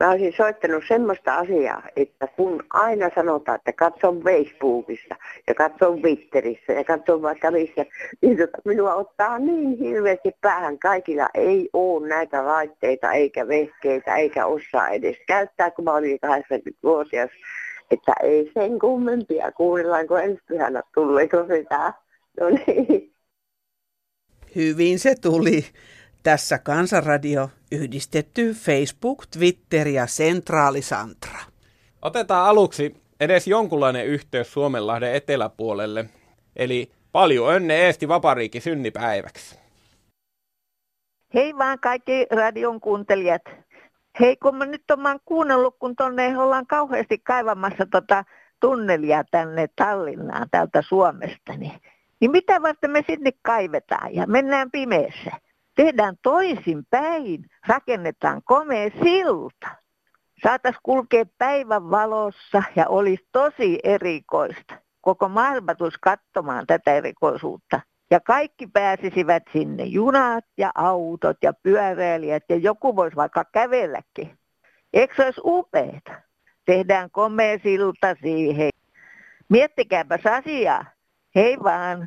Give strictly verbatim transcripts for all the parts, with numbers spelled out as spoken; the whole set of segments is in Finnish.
Mä olisin soittanut semmoista asiaa, että kun aina sanotaan, että katson Facebookissa ja katson Twitterissä ja katson vaikka missä, niin tota minua ottaa niin hirveästi päähän. Kaikilla ei ole näitä laitteita eikä vehkeitä eikä osaa edes käyttää, kun mä olin kahdeksankymmentävuotias. Että ei sen kummempia kuunnellaan, kun ensi pyhänä tuleeko sitä. No niin. Hyvin se tuli. Tässä Kansanradio yhdistetty Facebook, Twitter ja Sentraalisantra. Otetaan aluksi edes jonkunlainen yhteys Suomenlahden eteläpuolelle. Eli paljon önne Eesti Vapariikki synnipäiväksi. Hei vaan kaikki radion kuuntelijat. Hei, kun mä nyt olen kuunnellut, kun tuonne ollaan kauheasti kaivamassa tota tunnelia tänne Tallinnaan täältä Suomesta, niin, niin mitä varten me sinne kaivetaan ja mennään pimeässä? Tehdään toisin päin, rakennetaan komea silta. Saatais kulkea päivän valossa ja olisi tosi erikoista. Koko maailma tulisi katsomaan tätä erikoisuutta. Ja kaikki pääsisivät sinne, junat ja autot ja pyöräilijät ja joku voisi vaikka kävelläkin. Eikö se olisi upeeta? Tehdään komea silta siihen. Miettikääpäs asiaa. Hei vaan.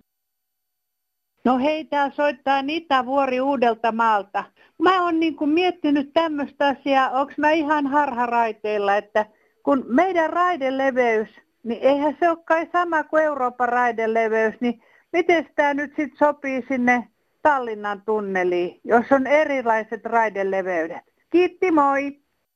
No hei, täällä soittaa Nita Vuori Uudeltamaalta. Mä oon niin kuin miettinyt tämmöistä asiaa, onko mä ihan harharaiteilla, että kun meidän raideleveys, niin eihän se ole kai sama kuin Euroopan raideleveys, niin miten tämä nyt sitten sopii sinne Tallinnan tunneliin, jos on erilaiset raideleveydet? Kiitti, moi!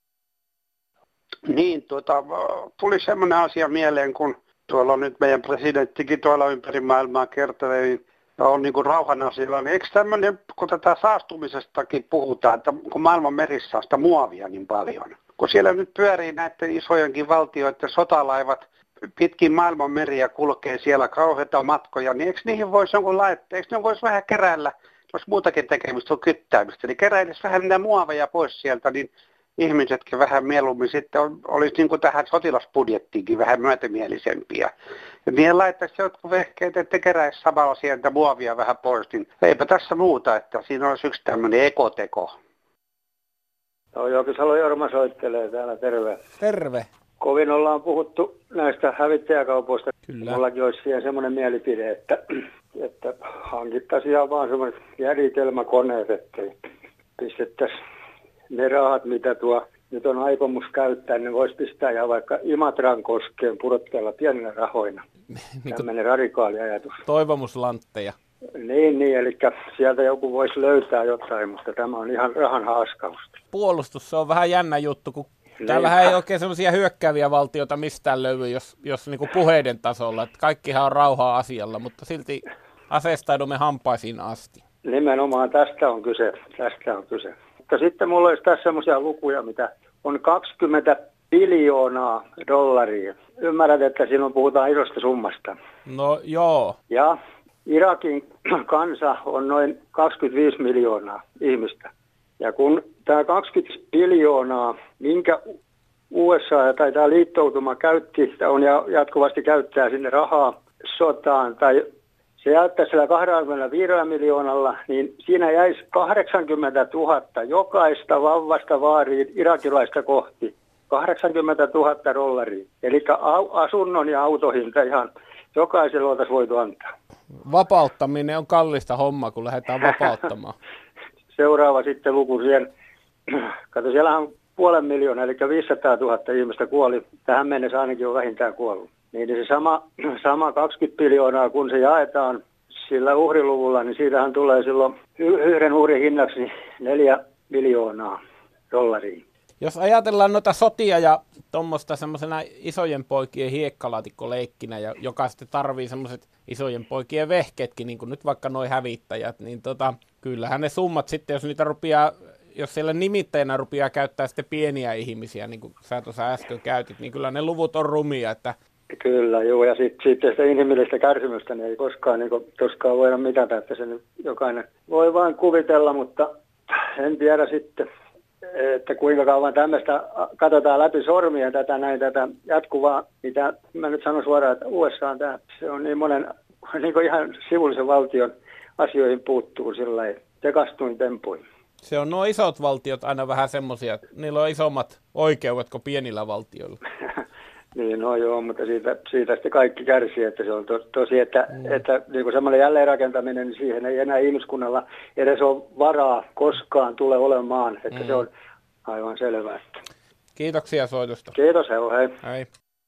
Niin, tuota, tuli semmoinen asia mieleen, kun tuolla on nyt meidän presidenttikin tuolla ympäri maailmaa kertelee, niin on niin kuin rauhan asialla. Niin eikö tämmöinen, kun tätä saastumisestakin puhutaan, että kun maailman merissä on sitä muovia niin paljon, kun siellä nyt pyörii näiden isojenkin valtioiden sotalaivat, pitkin maailman meriä kulkee siellä kauheita matkoja, niin eikö niihin voisi jonkun laittaa, eikö ne voisi vähän keräillä, jos muutakin tekemistä on kyttäämistä, niin keräilisi vähän niitä muoveja pois sieltä, niin ihmisetkin vähän mieluummin sitten on, olisi niin kuin tähän sotilasbudjettiinkin vähän myötämielisempiä. Ja niihin laittaisi jotkut vehkeet, että keräisi samalla sieltä muovia vähän pois, niin eipä tässä muuta, että siinä olisi yksi tämmöinen ekoteko. No Jokisalo Jorma soittelee täällä, terve. Terve. Kovin ollaan puhuttu näistä hävittäjäkaupoista. Kyllä. Mullakin olisi siihen semmoinen mielipide, että, että hankittaisiin vaan semmoiset järjestelmäkoneet, että pistettäisiin ne rahat, mitä tuo nyt on aikomus käyttää, ne voisi pistää ja vaikka Imatran koskeen pudotteella pienillä rahoina. Tämmöinen radikaali ajatus. Toivomuslantteja. Niin, niin, eli sieltä joku voisi löytää jotain, mutta tämä on ihan rahan haaskausta. Puolustus, se on vähän jännä juttu, kun täällähän ei oikein semmoisia hyökkääviä valtioita mistään löydy, jos, jos niin kuin puheiden tasolla. Että kaikkihan on rauhaa asialla, mutta silti aseistaudumme hampaisiin asti. Nimenomaan tästä on kyse, tästä on kyse. Mutta sitten mulla olisi tässä semmoisia lukuja, mitä on kaksikymmentä biljoonaa dollaria. Ymmärrät, että silloin puhutaan isosta summasta. No joo. Ja Irakin kansa on noin kaksikymmentäviisi miljoonaa ihmistä. Ja kun tämä kaksikymmentä biljoonaa, minkä U S A tai tämä liittoutuma käytti, on ja jatkuvasti käyttää sinne rahaa sotaan, tai se jättää sillä kaksikymmentäviisi miljoonalla, niin siinä jäisi kahdeksankymmentätuhatta jokaista vauvasta vaariin irakilaista kohti. kahdeksankymmentätuhatta dollaria. Eli asunnon ja autohinta ihan jokaiselle oltaisiin voitu antaa. Vapauttaminen on kallista homma, kun lähdetään vapauttamaan. Seuraava sitten luku siihen. Kato, siellä on puolen miljoonaa, eli viisisataatuhatta ihmistä kuoli. Tähän mennessä ainakin on vähintään kuollut. Niin se sama, sama kaksikymmentä biljoonaa, kun se jaetaan sillä uhriluvulla, niin siitähän tulee silloin yhden uhrin hinnaksi neljä miljoonaa dollaria. Jos ajatellaan noita sotia ja tuommoista semmoisena isojen poikien hiekkalaatikkoleikkinä, joka sitten tarvii semmoiset isojen poikien vehkeetkin, niin kuin nyt vaikka noi hävittäjät, niin tota, kyllähän ne summat sitten, jos niitä rupeaa, jos siellä nimittäjänä rupeaa käyttää sitten pieniä ihmisiä, niin kuin sä tuossa äsken käytit, niin kyllä ne luvut on rumia, että kyllä, joo, ja sitten sit sitä inhimillistä kärsimystä niin ei koskaan, niin koskaan voida mitata, että se nyt jokainen voi vain kuvitella, mutta en tiedä sitten, että kuinka kauan tämmöistä katsotaan läpi sormia tätä näin tätä jatkuvaa, mitä mä nyt sanon suoraan, että U S A on tämä, se on niin monen, niin kuin ihan sivullisen valtion asioihin puuttuu sillä lailla tekastuin tempuin. Se on nuo isot valtiot aina vähän semmoisia, että niillä on isommat oikeudet kuin pienillä valtioilla. Niin, no joo, mutta siitä, siitä sitten kaikki kärsii, että se on to, tosi, että, mm. että niin kuin semmoinen jälleenrakentaminen, niin siihen ei enää ihmiskunnalla edes ole varaa koskaan tule olemaan, että mm. se on aivan selvää. Kiitoksia soitosta. Kiitos, hei. hei. Hei.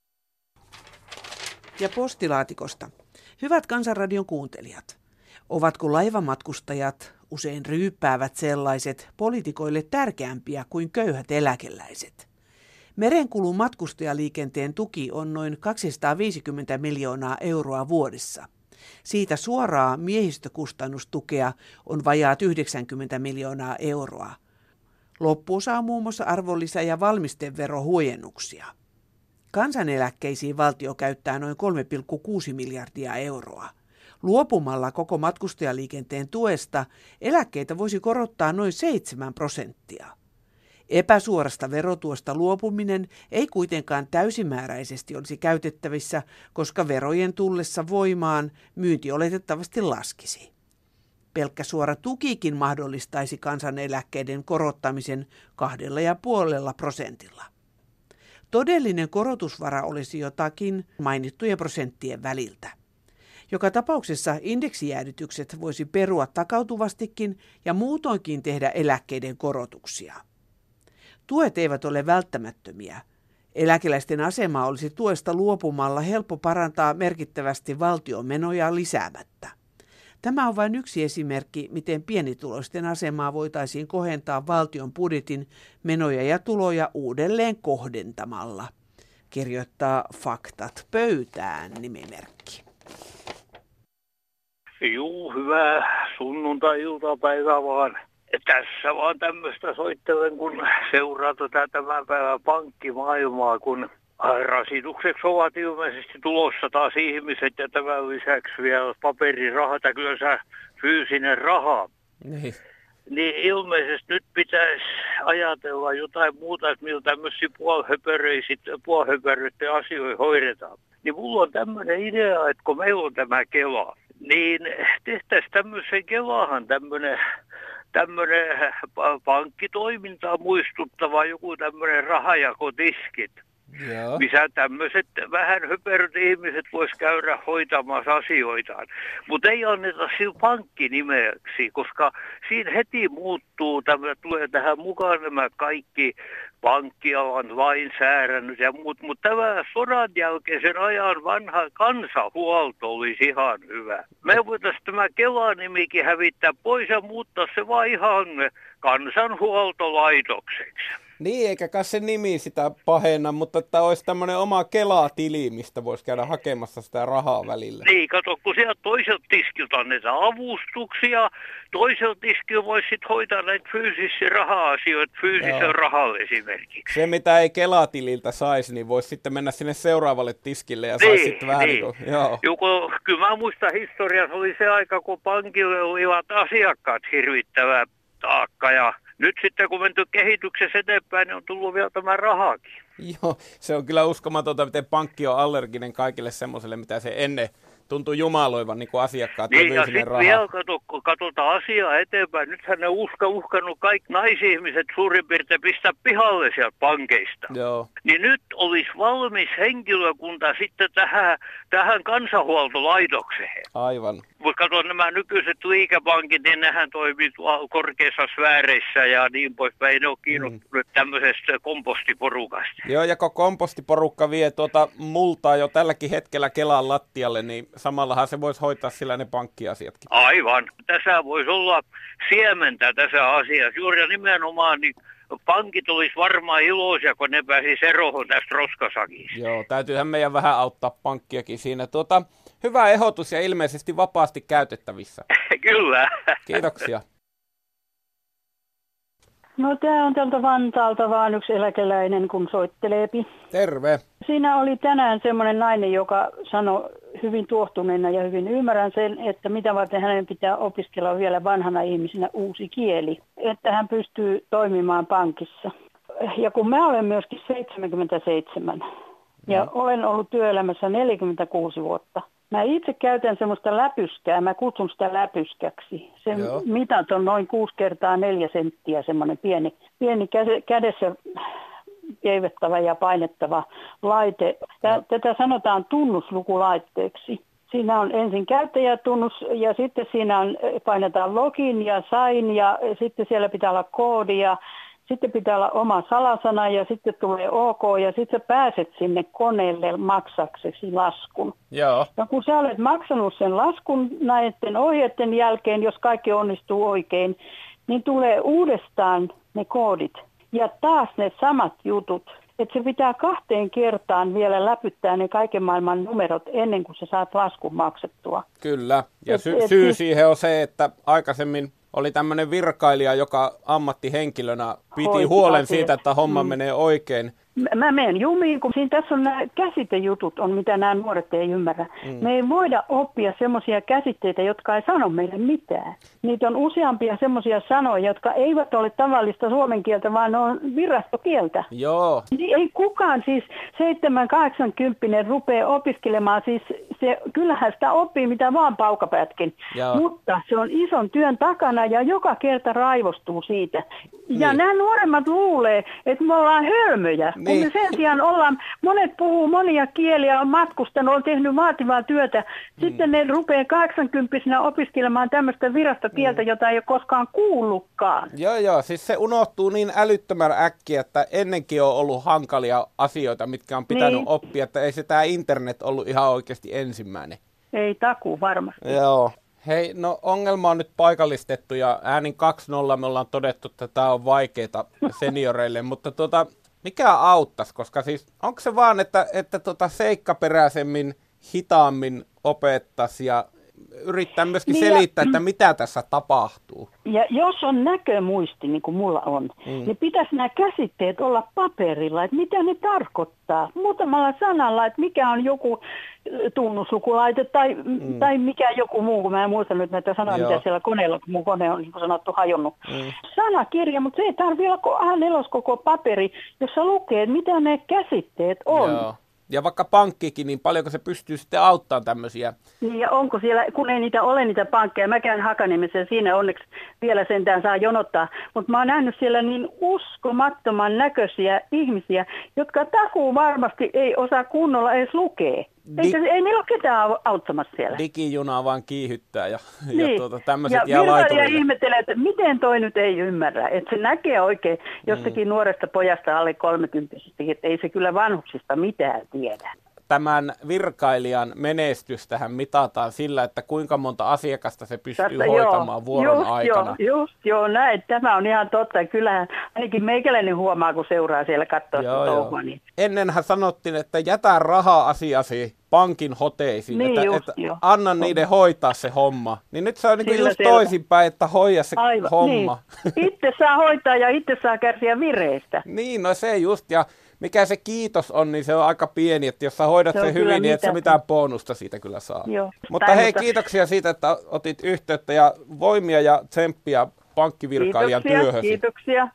Ja postilaatikosta. Hyvät Kansanradion kuuntelijat, ovatko laivamatkustajat, usein ryyppäävät sellaiset, poliitikoille tärkeämpiä kuin köyhät eläkeläiset? Merenkulun matkustajaliikenteen tuki on noin kaksisataaviisikymmentä miljoonaa euroa vuodessa. Siitä suoraa miehistökustannustukea on vajaat yhdeksänkymmentä miljoonaa euroa. Loppuun saa muun muassa arvonlisä- ja valmisteverohuojennuksia. Kansaneläkkeisiin valtio käyttää noin kolme pilkku kuusi miljardia euroa. Luopumalla koko matkustajaliikenteen tuesta eläkkeitä voisi korottaa noin seitsemän prosenttia. Epäsuorasta verotuosta luopuminen ei kuitenkaan täysimääräisesti olisi käytettävissä, koska verojen tullessa voimaan myynti oletettavasti laskisi. Pelkkä suora tukikin mahdollistaisi kansaneläkkeiden korottamisen kahdella ja puolella prosentilla. Todellinen korotusvara olisi jotakin mainittujen prosenttien väliltä. Joka tapauksessa indeksijäädytykset voisi perua takautuvastikin ja muutoinkin tehdä eläkkeiden korotuksia. Tuet eivät ole välttämättömiä. Eläkeläisten asemaa olisi tuesta luopumalla helppo parantaa merkittävästi valtion menoja lisäämättä. Tämä on vain yksi esimerkki, miten pienituloisten asemaa voitaisiin kohentaa valtion budjetin menoja ja tuloja uudelleen kohdentamalla, kirjoittaa Faktat pöytään -nimimerkki. Juu, hyvää sunnuntai-iltapäivää vaan. Tässä vaan tämmöistä soittelen, kun seuraa tätä tämän päivän pankkimaailmaa, kun rasitukseksi ovat ilmeisesti tulossa taas ihmiset ja tämän lisäksi vielä paperirahat ja kyllä se fyysinen raha. Niin. Niin ilmeisesti nyt pitäisi ajatella jotain muuta, että millä tämmöisiä puolihöpöröiden asioita hoidetaan. Niin mulla on tämmöinen idea, että kun meillä on tämä Kela, niin tehtäisiin tämmöisen Kelahan tämmöinen tämmöinen pankkitoimintaa muistuttava joku tämmöinen rahajakotiskit. Joo. Missä tämmöiset vähän höperöt ihmiset vois käydä hoitamassa asioitaan. Mutta ei anneta sillä pankkinimeksi, koska siinä heti muuttuu, tämä, tulee tähän mukaan nämä kaikki pankkialan lainsäädännöt ja muut. Mutta tämä sodan jälkeisen ajan vanha kansanhuolto olisi ihan hyvä. Me voitaisiin tämä Kela-nimikin hävittää pois ja muuttaa se vaan ihan kansanhuoltolaitokseksi. Niin, eikä kai se nimi sitä pahenna, mutta että olisi tämmöinen oma Kela-tili, mistä voisi käydä hakemassa sitä rahaa välillä. Niin, kato, kun sieltä toiselta tiskiltä annetaan avustuksia, toiselta tiskiltä voisi sitten hoitaa näitä fyysisiä raha-asioita fyysisellä rahalla esimerkiksi. Se, mitä ei Kela-tililtä saisi, niin voisi sitten mennä sinne seuraavalle tiskille ja saisi niin, sitten vähän niin. niin kuin, joo. Joku, kyllä mä muistan historiassa oli se aika, kun pankille olivat asiakkaat hirvittävää taakka ja nyt sitten kun menty kehityksessä eteenpäin, niin on tullut vielä tämä rahakin. Joo, se on kyllä uskomatonta, miten pankki on allerginen kaikille semmoiselle, mitä se ennen tuntui jumaloivan niin kuin asiakkaat. Niin ja sitten vielä kato, katsotaan asiaa eteenpäin. Nythän ne uska uhkanut kaikki naisihmiset suurin piirtein pistää pihalle sieltä pankeista. Joo. Niin nyt olisi valmis henkilökunta sitten tähän, tähän kansanhuoltolaitokseen. Aivan. Mutta kato, nämä nykyiset liikepankit, niin nehän toimii korkeissa sfääreissä ja niin poispäin. Ne on kiinnostunut mm. tämmöisestä kompostiporukasta. Joo, ja kun kompostiporukka vie tuota multaa jo tälläkin hetkellä Kelan lattialle, niin samallahan se voisi hoitaa sillä ne pankkiasiatkin. Aivan. Tässä voisi olla siementä tässä asiassa. Juuri ja nimenomaan niin pankit olisi varmaan iloisia, kun ne pääsisi eroon tästä roskasakista. Joo, täytyyhän meidän vähän auttaa pankkiakin siinä. Tuota, hyvä ehdotus ja ilmeisesti vapaasti käytettävissä. Kyllä. Kiitoksia. No tämä on tältä Vantaalta vaan yksi eläkeläinen, kun soitteleepi. Terve. Siinä oli tänään semmoinen nainen, joka sanoi hyvin tuohtuneena ja hyvin ymmärrän sen, että mitä varten hänen pitää opiskella vielä vanhana ihmisenä uusi kieli, että hän pystyy toimimaan pankissa. Ja kun mä olen myöskin seitsemänkymmentäseitsemän ja olen ollut työelämässä neljäkymmentäkuusi vuotta, Mä itse käytän semmoista läpyskää, mä kutsun sitä läpyskäksi. Sen Joo. mitat on noin kuusi kertaa neljä senttiä, semmoinen pieni, pieni kädessä keivettävä ja painettava laite. Tätä sanotaan tunnuslukulaitteeksi. Siinä on ensin käyttäjätunnus ja sitten siinä on, painetaan login ja sign ja sitten siellä pitää olla koodi ja sitten pitää olla oma salasana ja sitten tulee OK ja sitten sä pääset sinne koneelle maksaksesi laskun. Joo. Ja kun sä olet maksanut sen laskun näiden ohjeiden jälkeen, jos kaikki onnistuu oikein, niin tulee uudestaan ne koodit ja taas ne samat jutut. Että se pitää kahteen kertaan vielä läpyttää ne kaiken maailman numerot ennen kuin sä saat laskun maksettua. Kyllä, ja sy- et, syy et, siihen on se, että aikaisemmin oli tämmöinen virkailija, joka ammattihenkilönä piti huolen asiat. siitä, että homma mm. menee oikein. Mä menen jumiin, kun siinä tässä on nämä käsitejutut, on mitä nämä nuoret ei ymmärrä. Mm. Me ei voida oppia semmoisia käsitteitä, jotka ei sano meille mitään. Niitä on useampia semmoisia sanoja, jotka eivät ole tavallista suomen kieltä, vaan ne on virastokieltä. Joo. Ei kukaan siis seitsemän kahdeksankymppinen rupea opiskelemaan, siis se, kyllähän sitä oppii mitä vaan paukapätkin. Joo. Mutta se on ison työn takana ja joka kerta raivostuu siitä. Ja niin. Nämä nuoremmat luulee, että me ollaan hölmöjä. Niin. Kun me sen sijaan ollaan, monet puhuu monia kieliä, on matkustanut, on tehnyt vaativaa työtä. Sitten mm. ne rupeaa kahdeksankymppisenä opiskelemaan tämmöistä virastokieltä, mm. jota ei ole koskaan kuullutkaan. Joo, joo. Siis se unohtuu niin älyttömän äkkiä, että ennenkin on ollut hankalia asioita, mitkä on pitänyt niin. oppia, että ei se tämä internet ollut ihan oikeasti ensimmäinen. Ei takuu varmasti. Joo. Hei, no ongelma on nyt paikallistettu ja äänin kaksi nolla me ollaan todettu, että tämä on vaikeaa senioreille, mutta tuota... Mikä auttaisi, koska siis onko se vaan, että, että tota seikkaperäisemmin, hitaammin opettaisi ja yrittää myöskin niin selittää, ja, että mitä tässä tapahtuu? Ja jos on näkömuisti, niin kuin mulla on, mm. niin pitäisi nämä käsitteet olla paperilla, että mitä ne tarkoittaa. Muutamalla sanalla, että mikä on joku tunnuslukulaite tai, mm. tai mikä joku muu, kun mä en muista nyt näitä sanoja, Joo. mitä siellä koneella, kun mun kone on niin kuin sanottu hajonnut. Mm. Sanakirja, mutta se ei tarvitse olla A neljä koko paperi, jossa lukee, että mitä ne käsitteet on. Joo. Ja vaikka pankkikin, niin paljonko se pystyy sitten auttamaan tämmöisiä? Niin ja onko siellä, kun ei niitä ole niitä pankkeja, mä käyn Hakaniemessä ja siinä onneksi vielä sentään saa jonottaa, mutta mä oon nähnyt siellä niin uskomattoman näköisiä ihmisiä, jotka takuu varmasti ei osaa kunnolla edes lukea. Eikä, Di- ei niillä ole ketään auttamassa siellä. Digijunaa vaan kiihittää ja, niin. ja tuota, tämmöiset ja jää laiturille. Ja ihmettelee, että miten toi nyt ei ymmärrä. Että se näkee oikein jostakin mm. nuoresta pojasta alle kolmekymppisestä, että ei se kyllä vanhuksista mitään tiedä. Tämän virkailijan menestystähän mitataan sillä, että kuinka monta asiakasta se pystyy Tästä, hoitamaan joo, vuoron just, aikana. Joo, just joo, näin. Tämä on ihan totta. Kyllähän ainakin meikäläinen huomaa, kun seuraa siellä katsoa sitä touhua. Niin. Ennenhän sanottiin, että jätä raha-asiasi pankin hoteisiin, niin että, just, että anna niiden hoitaa se homma. Niin nyt se on niin just toisinpäin, että hoida se Aivan, homma. Niin. Itse saa hoitaa ja itse saa kärsiä vireistä. Niin, no se just. Ja mikä se kiitos on, niin se on aika pieni, että jos sä hoidat se sen hyvin, niin et sä mitään bonusta siitä kyllä saa. Joo. Mutta hei, mutta... kiitoksia siitä, että otit yhteyttä ja voimia ja tsemppiä pankkivirkailijan kiitoksia, työhösi. Kiitoksia.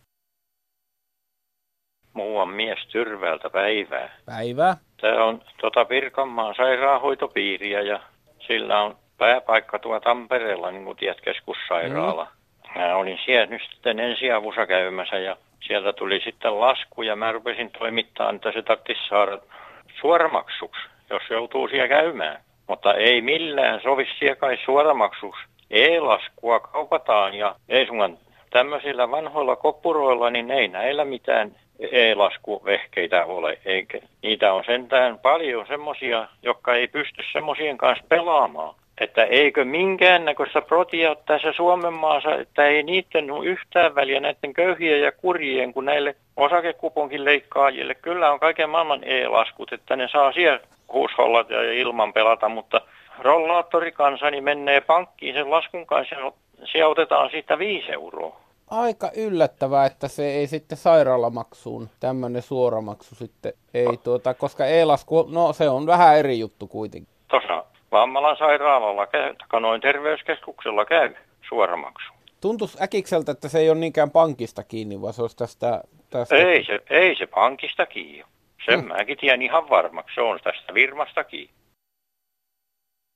Muu on mies Tyrvältä Päivää. Päivää. Tämä on tuota Pirkanmaan sairaanhoitopiiriä ja sillä on pääpaikka tuo Tampereella, niin kuin tiedät, keskussairaala. Mm. Mä olin siellä nyt sitten ensiavussa käymässä ja sieltä tuli sitten lasku ja mä rupesin toimittamaan, että se tarvitsisi saada suoramaksuksi, jos joutuu siellä käymään. Mutta ei millään sovi siellä kai suoramaksuksi. E-laskua kaupataan ja ei sunkaan tämmöisillä vanhoilla koppuroilla, niin ei näillä mitään e-laskuvehkeitä ole. Eikä. Niitä on sentään paljon semmoisia, jotka ei pysty semmoisien kanssa pelaamaan. Että eikö minkäännäköistä protia ole tässä Suomen maassa, että ei niiden ole yhtään väliä näiden köyhien ja kurjien kuin näille osakekuponkin leikkaajille. Kyllä on kaiken maailman e-laskut, että ne saa siellä huushollat ja ilman pelata, mutta rollaattorikansani menee pankkiin sen laskun kanssa ja siellä otetaan siitä viisi euroa. Aika yllättävää, että se ei sitten sairaalamaksuun tämmöinen suoramaksu sitten ei tuota, koska e-lasku, no se on vähän eri juttu kuitenkin. Tuossa Vammalan sairaalalla käy, noin terveyskeskuksella käy suoramaksu. Tuntuisi äkikseltä, että se ei ole niinkään pankista kiinni, vaan se olisi tästä... tästä... Ei, se, ei se pankista kiinni. Sen hmm. mäkin tiedän ihan varmaksi, se on tästä firmasta kiinni.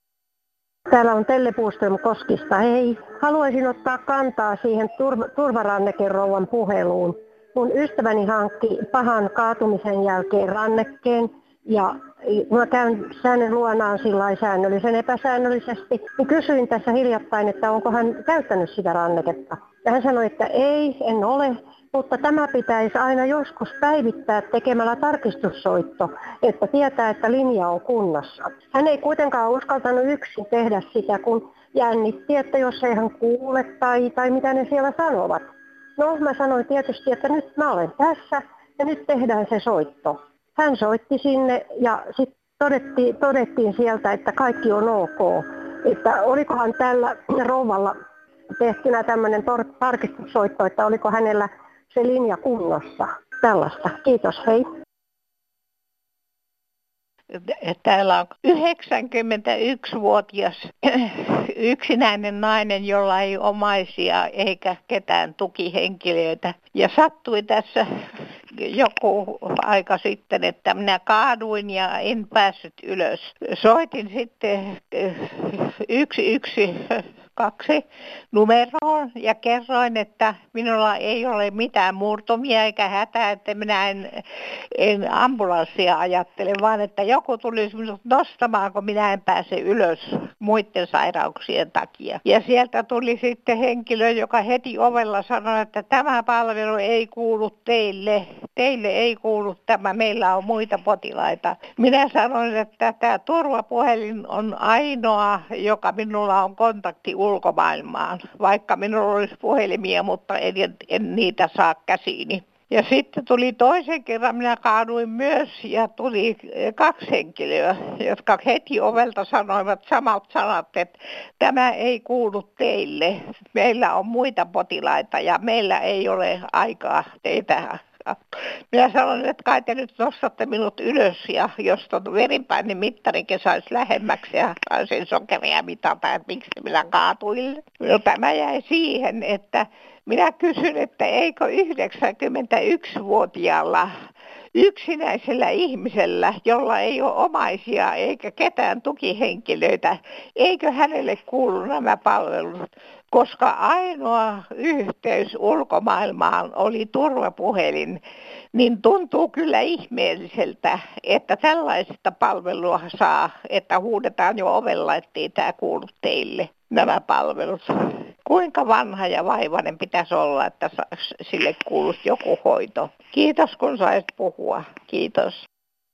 Täällä on Telle Puuström Koskista. Hei, haluaisin ottaa kantaa siihen turva, turvarannekerouvan puheluun. Mun ystäväni hankki pahan kaatumisen jälkeen rannekkeen ja mä käyn hänen luonaan sillä säännöllisen epäsäännöllisesti. Niin kysyin tässä hiljattain, että onko hän käyttänyt sitä ranneketta. Ja hän sanoi, että ei, en ole. Mutta tämä pitäisi aina joskus päivittää tekemällä tarkistussoitto, että tietää, että linja on kunnossa. Hän ei kuitenkaan uskaltanut yksin tehdä sitä, kun jännitti, että jos ei hän kuule tai, tai mitä ne siellä sanovat. No, mä sanoin tietysti, että nyt mä olen tässä ja nyt tehdään se soitto. Hän soitti sinne ja sitten todettiin, todettiin sieltä, että kaikki on ok. Että olikohan tällä rouvalla tehtynä tämmöinen tor- tarkistussoitto, että oliko hänellä se linja kunnossa. Tällaista. Kiitos, hei. Täällä on yhdeksänkymmentäyksivuotias yksinäinen nainen, jolla ei omaisia eikä ketään tukihenkilöitä. Ja sattui tässä joku aika sitten, että minä kaaduin ja en päässyt ylös. Soitin sitten yksi yksi kaksi numeroon ja kerroin, että minulla ei ole mitään murtumia eikä hätää, että minä en, en ambulanssia ajattele, vaan että joku tulisi minut nostamaan, kun minä en pääse ylös muiden sairauksien takia. Ja sieltä tuli sitten henkilö, joka heti ovella sanoi, että tämä palvelu ei kuulu teille. Teille ei kuulu tämä, meillä on muita potilaita. Minä sanoin, että tämä turvapuhelin on ainoa, joka minulla on kontakti ulkomaailmaan, vaikka minulla olisi puhelimia, mutta en, en niitä saa käsiini. Ja sitten tuli toisen kerran, minä kaaduin myös ja tuli kaksi henkilöä, jotka heti ovelta sanoivat samat sanat, että tämä ei kuulu teille. Meillä on muita potilaita ja meillä ei ole aikaa teitä. Minä sanoin, että kai te nyt nostatte minut ylös ja jos tuon veripainemittarikin saisi lähemmäksi ja saisin sokeria mitata, että miksi minä kaatuin. No, tämä jäi siihen, että minä kysyn, että eikö yhdeksänkymmentäyksivuotiaalla yksinäisellä ihmisellä, jolla ei ole omaisia eikä ketään tukihenkilöitä, eikö hänelle kuulu nämä palvelut? Koska ainoa yhteys ulkomaailmaan oli turvapuhelin, niin tuntuu kyllä ihmeelliseltä, että tällaista palvelua saa, että huudetaan jo ovella, ettei tämä kuulu teille, nämä palvelut. Kuinka vanha ja vaivainen pitäisi olla, että sille kuuluisi joku hoito? Kiitos, kun sait puhua. Kiitos.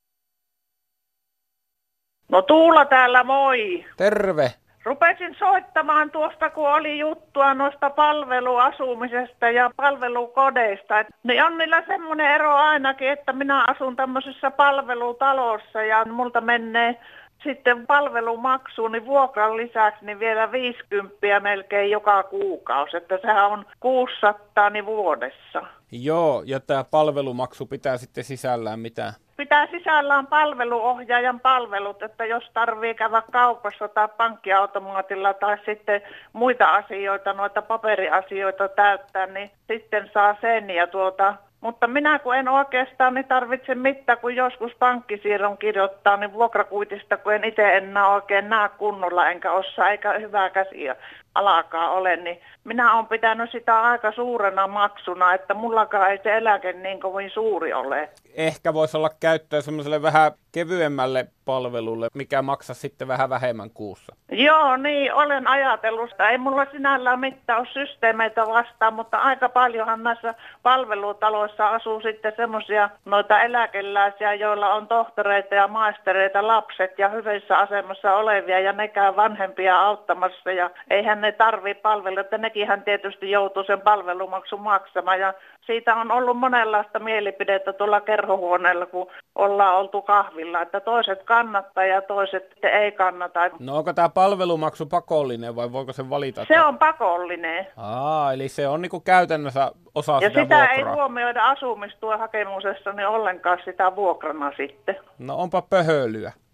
No Tuula täällä, moi. Terve. Rupesin soittamaan tuosta, kun oli juttua noista palveluasumisesta ja palvelukodeista. Niin on niillä semmoinen ero ainakin, että minä asun tämmöisessä palvelutalossa ja multa menee sitten palvelumaksuun, niin vuokran lisäksi niin vielä viisikymmentä melkein joka kuukausi, että sehän on kuusisataa niin vuodessa. Joo, ja tämä palvelumaksu pitää sitten sisällään mitä? Pitää sisällään palveluohjaajan palvelut, että jos tarvii käydä kaupassa tai pankkiautomaatilla tai sitten muita asioita, noita paperiasioita täyttää, niin sitten saa sen ja tuota... Mutta minä kun en oikeastaan niin tarvitse mitään, kun joskus pankkisiirron kirjoittaa, niin vuokrakuitista, kun en itse enää oikein näe kunnolla, enkä osaa, eikä hyvää käsiä alakaan ole, niin minä olen pitänyt sitä aika suurena maksuna, että mullakaan ei se eläke niin kovin suuri ole. Ehkä voisi olla käyttöä semmoiselle vähän kevyemmälle palvelulle, mikä maksaa sitten vähän vähemmän kuussa. Joo, niin olen ajatellut sitä. Ei mulla sinällään mitään ole systeemeitä vastaan, mutta aika paljonhan näissä palvelutaloissa asuu sitten semmoisia noita eläkeläisiä, joilla on tohtoreita ja maistereita, lapset ja hyvissä asemassa olevia ja ne käy vanhempia auttamassa ja eihän ne tarvitse palvelua, että nekinhän tietysti joutuu sen palvelumaksun maksamaan ja siitä on ollut monenlaista mielipidettä tuolla kerhohuoneella, kun ollaan oltu kahvilla, että toiset kannattaa ja toiset ei kannata. No onko tämä palvelumaksu pakollinen vai voiko sen valita? Se on pakollinen. Aa, eli se on niinku käytännössä osa ja sitä sitä vuokraa. Ei huomioida asumistuen hakemusessa niin ollenkaan sitä vuokrana sitten. No onpa pöhölyä.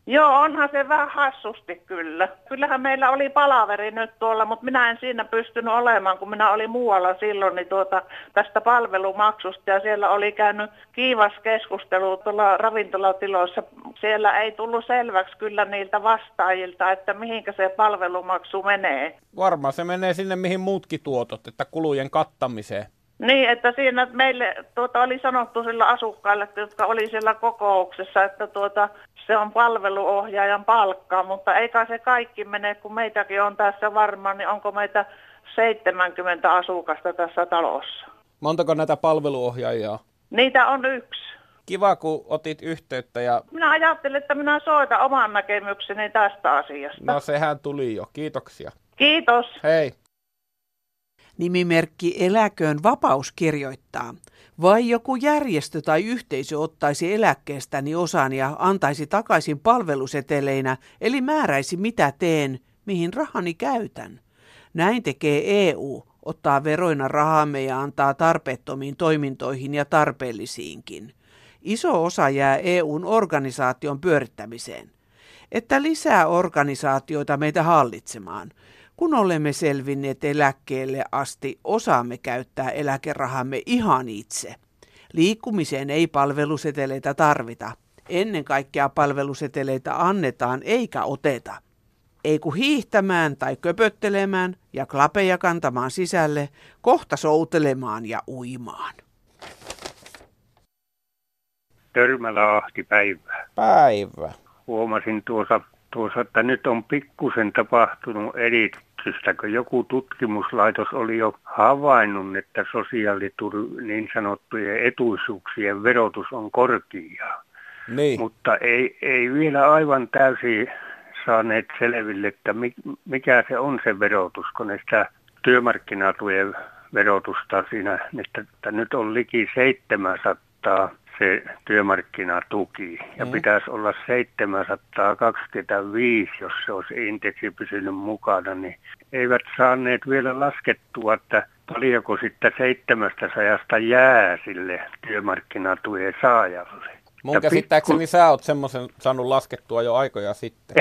Joo, onhan se vähän hassusti kyllä. Kyllähän meillä oli palaveri nyt tuolla, mutta minä en siinä pystynyt olemaan, kun minä olin muualla silloin niin tuota, tästä palvelumaksusta. Ja siellä oli käynyt kiivas keskustelu tuolla ravintolatiloissa. Siellä ei tullut selväksi kyllä niiltä vastaajilta, että mihinkä se palvelumaksu menee. Varmaan se menee sinne, mihin muutkin tuotot, että kulujen kattamiseen. Niin, että siinä meille tuota, oli sanottu sillä asukkaille, jotka oli siellä kokouksessa, että tuota, se on palveluohjaajan palkkaa, mutta eikä se kaikki mene, kun meitäkin on tässä varmaan, niin onko meitä seitsemänkymmentä asukasta tässä talossa. Montako näitä palveluohjaajia? Niitä on yksi. Kiva, kun otit yhteyttä. Ja... Minä ajattelin, että minä soitan oman näkemykseni tästä asiasta. No sehän tuli jo. Kiitoksia. Kiitos. Hei. Nimimerkki Eläköön vapaus kirjoittaa. Vai joku järjestö tai yhteisö ottaisi eläkkeestäni osan ja antaisi takaisin palveluseteleinä, eli määräisi mitä teen, mihin rahani käytän. Näin tekee E U, ottaa veroina rahamme ja antaa tarpeettomiin toimintoihin ja tarpeellisiinkin. Iso osa jää E U:n organisaation pyörittämiseen. Että lisää organisaatioita meitä hallitsemaan. Kun olemme selvinneet eläkkeelle asti, osaamme käyttää eläkerahamme ihan itse. Liikkumiseen ei palveluseteleitä tarvita. Ennen kaikkea palveluseteleitä annetaan eikä oteta. Ei kun hiihtämään tai köpöttelemään ja klapeja kantamaan sisälle, kohta soutelemaan ja uimaan. Törmälä Ahti, päivää. Päivä. Huomasin tuossa, tuossa, että nyt on pikkusen tapahtunut edistystä, kun joku tutkimuslaitos oli jo havainnut, että sosiaaliturva, niin sanottujen etuisuuksien verotus on korkea. Niin. Mutta ei, ei vielä aivan täysin saaneet selville, että mikä se on se verotus, kun ne sitä työmarkkinatuen verotusta siinä, että, että nyt on liki seitsemänsataa se työmarkkinatuki ja mm. pitäisi olla seitsemänsataakaksikymmentäviisi, jos se olisi indeksi pysynyt mukana, niin eivät saaneet vielä laskettua, että paljonko sitten seitsemästäsadasta jää sille työmarkkinatuen saajalle. Mun käsittääkseni pikku... sä oot semmoisen saanut laskettua jo aikoja sitten.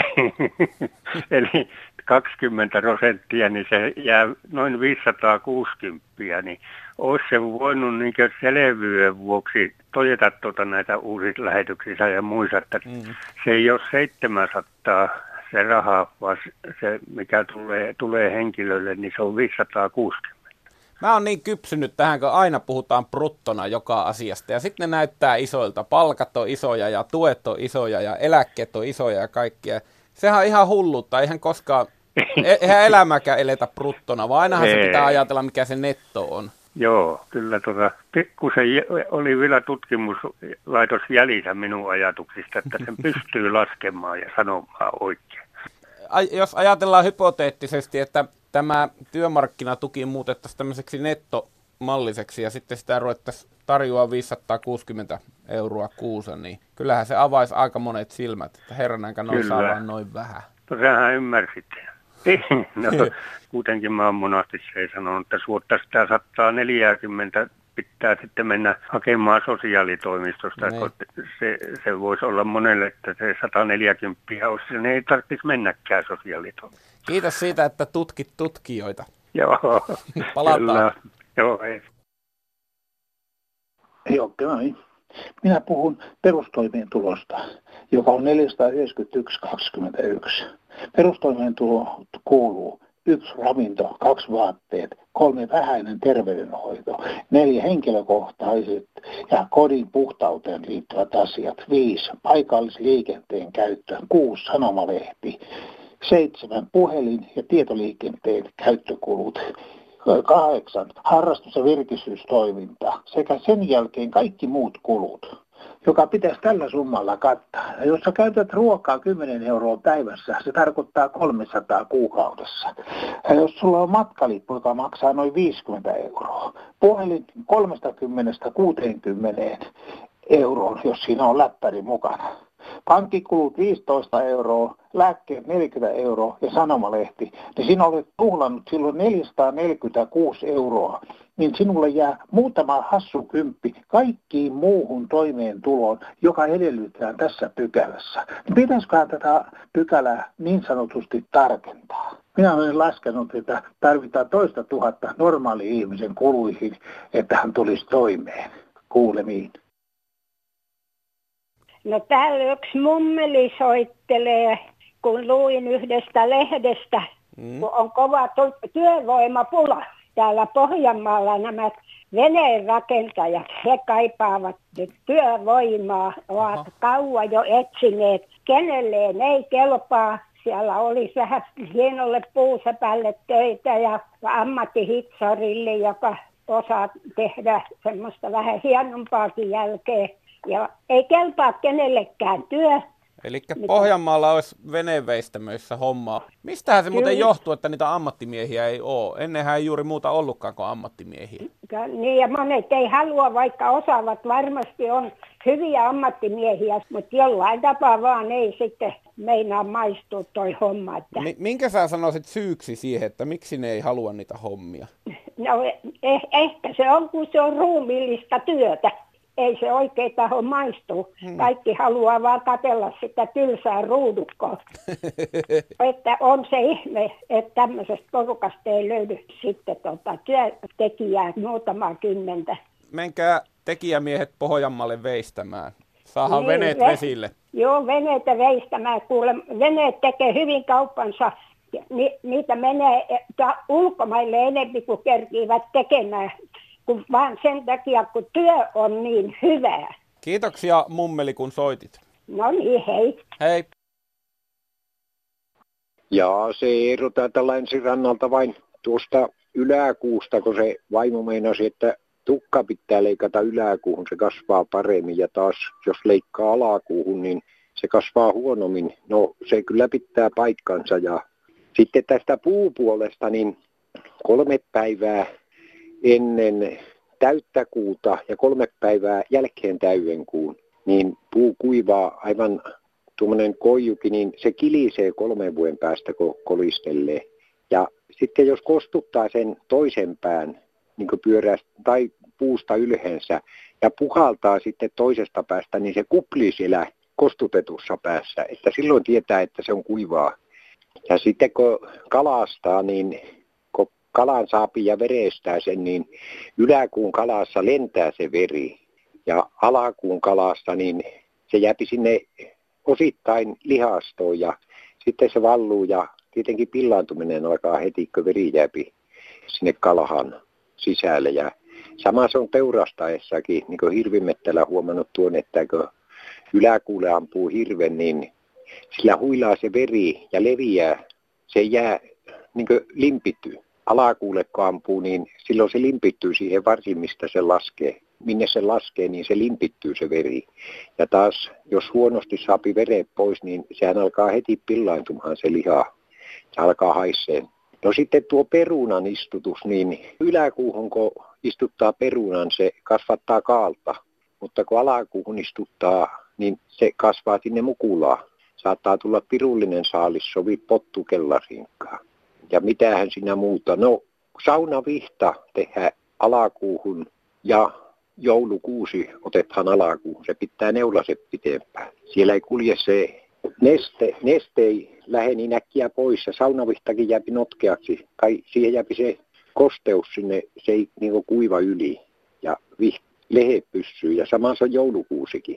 Eli kaksikymmentä prosenttia, niin se jää noin viisisataakuusikymmentä, niin olisi se voinut niin selvyyden vuoksi todeta tuota näitä uusissa lähetyksissä ja muissa, että mm. se ei ole seitsemänsataa se raha, vaan se mikä tulee, tulee henkilölle, niin se on viisisataakuusikymmentä. Mä oon niin kypsynyt tähän, kun aina puhutaan bruttona joka asiasta ja sitten ne näyttää isoilta. Palkat on isoja ja tuet on isoja ja eläkkeet on isoja ja kaikkia. Sehän on ihan hullutta, eihän koskaan, eihän elämäkään eletä bruttona, vaan ainahan se pitää ajatella, mikä se netto on. Joo, kyllä tuota, pikkusen oli vielä tutkimuslaitos jäljellä minun ajatuksista, että sen pystyy laskemaan ja sanomaan oikein. Jos ajatellaan hypoteettisesti, että tämä työmarkkinatuki muutettaisiin tämmöiseksi nettomalliseksi ja sitten sitä ruvettaisiin tarjoaa viisisataakuusikymmentä euroa kuussa, niin kyllähän se avaisi aika monet silmät, että herranenkä noin saa vaan noin vähän. No sähän ymmärsit. No, kuitenkin mä oon monasti se sanonut, että suotta sitä sata neljäkymmentä pitää sitten mennä hakemaan sosiaalitoimistosta, kun se, se voisi olla monelle, että se sata neljäkymmentä olisi, niin ei tarvitsisi mennäkään sosiaalitoimistosta. Kiitos siitä, että tutkit tutkijoita. Joo. Palataan. Kyllä. Joo, ei. Joo, kyllä. Minä puhun perustoimeentulosta, joka on neljäsataayhdeksänkymmentäyksi kaksikymmentäyksi. Perustoimeentulo kuuluu yksi ravinto, kaksi vaatteet, kolme vähäinen terveydenhoito, neljä henkilökohtaiset ja kodin puhtauteen liittyvät asiat, viisi paikallisliikenteen käyttö, kuusi sanomalehti, seitsemän puhelin- ja tietoliikenteen käyttökulut, kahdeksan harrastus- ja virkistystoiminta sekä sen jälkeen kaikki muut kulut, joka pitäisi tällä summalla kattaa. Ja jos sä käytät ruokaa kymmenen euroa päivässä, se tarkoittaa kolmesataa kuukaudessa. Ja jos sulla on matkalippu, joka maksaa noin viisikymmentä euroa, puhelin kolmekymmentä kuusikymmentä euroa, jos siinä on läppäri mukana. Pankkikulut viisitoista euroa, lääkkeet neljäkymmentä euroa ja sanomalehti, niin siinä olet tuhlannut silloin neljäsataaneljäkymmentäkuusi euroa niin sinulle jää muutama hassu kymppi kaikkiin muuhun toimeentuloon, joka edellytetään tässä pykälässä. Niin pitäisiköhän tätä pykälää niin sanotusti tarkentaa? Minä olen laskenut, että tarvitaan toista tuhatta normaali-ihmisen kuluihin, että hän tulisi toimeen. Kuulemiin. No täällä yksi mummeli soittelee, kun luin yhdestä lehdestä, mm. kun on kova työvoimapula. Täällä Pohjanmaalla nämä veneen rakentajat, he kaipaavat nyt työvoimaa, ovat Aha. kauan jo etsineet. Kenelleen ei kelpaa. Siellä olisi vähän hienolle puusepälle töitä ja ammattihitsarille, joka osaa tehdä semmoista vähän hienompaakin jälkeen. Ja ei kelpaa kenellekään työ. Eli Pohjanmaalla olisi veneenveistämöissä hommaa. Mistähän se Kyllä. muuten johtuu, että niitä ammattimiehiä ei ole? Ennenhän ei juuri muuta ollutkaan kuin ammattimiehiä. Niin ja monet ei halua, vaikka osaavat varmasti on hyviä ammattimiehiä, mutta jollain tapaa vaan ei sitten meinaa maistua toi homma. Että... Minkä sä sanoisit syyksi siihen, että miksi ne ei halua niitä hommia? No eh- ehkä se on, kun se on ruumiillista työtä. Ei se oikein taho maistuu. Hmm. Kaikki haluaa vaan katsella sitä tylsää ruudukkoa. Että on se ihme, että tämmöisestä porukasta ei löydy sitten tuota työntekijää muutamaa kymmentä. Menkää tekijämiehet Pohjanmaalle veistämään. Saadaan niin, veneet ve- vesille. Joo, veneitä veistämään. Kuule, veneet tekee hyvin kauppansa. Ni- niitä menee ulkomaille enemmän kuin kerkiivät tekemään. Kun vaan sen takia, kun työ on niin hyvää. Kiitoksia mummeli, kun soitit. No niin, hei. Hei. Jaa, se Eero täältä länsirannalta vain tuosta yläkuusta, kun se vaimo meinasi, että tukka pitää leikata yläkuuhun, se kasvaa paremmin. Ja taas, jos leikkaa alakuuhun, niin se kasvaa huonommin. No, se kyllä pitää paikkansa. Ja sitten tästä puupuolesta, niin kolme päivää ennen täyttä kuuta ja kolme päivää jälkeen täyden kuun, niin puu kuivaa aivan tuommoinen koijukin, niin se kilisee kolmen vuoden päästä, kun kolistelee. Ja sitten jos kostuttaa sen toisen pään niin pyörää tai puusta ylheensä ja puhaltaa sitten toisesta päästä, niin se kuplii siellä kostutetussa päässä, että silloin tietää, että se on kuivaa. Ja sitten kun kalastaa, niin kalan saapi ja verestää sen, niin yläkuun kalassa lentää se veri. Ja alakuun kalassa, niin se jääpi sinne osittain lihastoon ja sitten se valluu ja tietenkin pillaantuminen alkaa heti, kun veri jääpi sinne kalahan sisälle. Ja sama se on teurastaessakin, niin kuin hirvimettällä huomannut tuon, että kun yläkuulle ampuu hirven, niin sillä huilaa se veri ja leviää, se jää niin kuin limpittyy. Alakuulle kun ampuu, niin silloin se limpittyy siihen varsin, mistä se laskee. Minne se laskee, niin se limpittyy se veri. Ja taas, jos huonosti saapi veret pois, niin sehän alkaa heti pillaantumaan se liha. Se alkaa haiseen. No sitten tuo perunan istutus, niin yläkuuhun kun istuttaa perunan, se kasvattaa kaalta. Mutta kun alakuuhun istuttaa, niin se kasvaa sinne mukulaan. Saattaa tulla pirullinen saalis, sovi pottukellariinkaan. Ja mitähän siinä muuta? No, saunavihta tehdään alakuuhun ja joulukuusi otetaan alakuuhun. Se pitää neulaset pitempään. Siellä ei kulje se neste, neste ei lähde niin äkkiä pois ja saunavihtakin jääpi notkeaksi. Tai siihen jääpi se kosteus sinne, se ei niin kuiva yli ja viht, lehe pysyy ja samassa on joulukuusikin.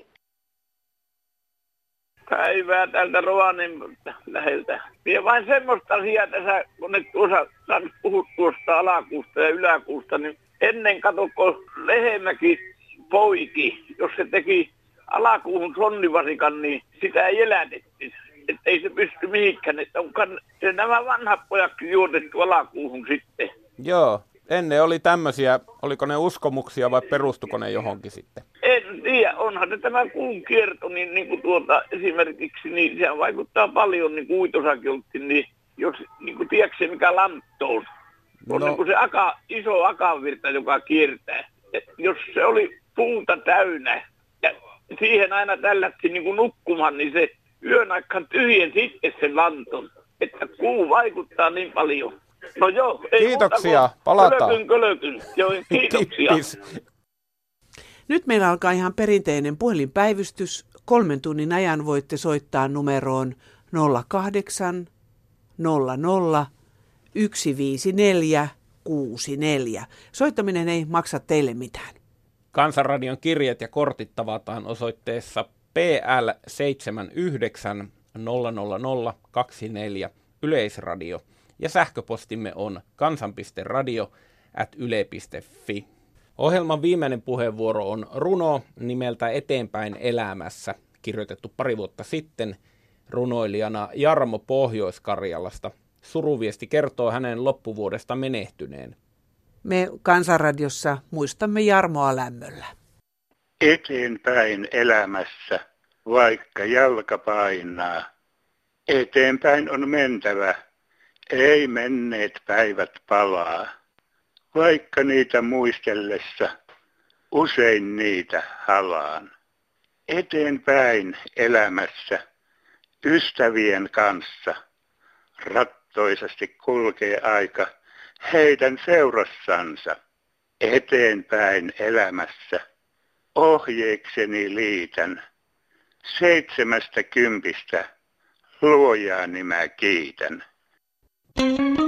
Päivää täältä Rovanin läheltä. Ja vain semmoista asiaa tässä, kun nyt tuossa puhut tuosta alakuusta ja yläkuusta, niin ennen katsoko Lehemäki poiki, jos se teki alakuuhun sonnivasikan, niin sitä ei elätetty. Että ei se pysty mihinkään, että onkaan se nämä vanhat pojatkin juotettu alakuuhun sitten. Joo, ennen oli tämmöisiä, oliko ne uskomuksia vai perustuko ne johonkin sitten? En tiedä, onhan ne tämä kuun kierto, niin, niin kuin tuota, esimerkiksi, niin se vaikuttaa paljon, niin kuin uitossakin oltiin, niin jos, niin kuin tiedätkö mikä lantto on, on no. niin kuin se aka, iso akavirta, joka kiertää. Et jos se oli puuta täynnä ja siihen aina tällättiin niin kuin nukkumaan, niin se yön aikaan tyhjen sitten sen lanton, että kuu vaikuttaa niin paljon. No joo. Ei Kiitoksia, palataan. Kölökyn, kölökyn. Joo, kiitoksia. Kiitos. Nyt meillä alkaa ihan perinteinen puhelinpäivystys. Kolmen tunnin ajan voitte soittaa numeroon nolla kahdeksan nolla nolla yksi viisi neljä kuusi neljä. Soittaminen ei maksa teille mitään. Kansanradion kirjeet ja kortit tavataan osoitteessa P L seitsemänkymmentäyhdeksän nolla nolla nolla kaksikymmentäneljä Yleisradio ja sähköpostimme on kansan piste radio ät yle piste fi. Ohjelman viimeinen puheenvuoro on runo nimeltä Eteenpäin elämässä, kirjoitettu pari vuotta sitten runoilijana Jarmo Pohjois-Karjalasta. Suruviesti kertoo hänen loppuvuodesta menehtyneen. Me Kansanradiossa muistamme Jarmoa lämmöllä. Eteenpäin elämässä, vaikka jalka painaa. Eteenpäin on mentävä, ei menneet päivät palaa. Vaikka niitä muistellessa, usein niitä halaan. Eteenpäin elämässä, ystävien kanssa, rattoisasti kulkee aika heidän seurassansa. Eteenpäin elämässä, ohjeekseni liitän, seitsemästä kympistä luojaani mä kiitän.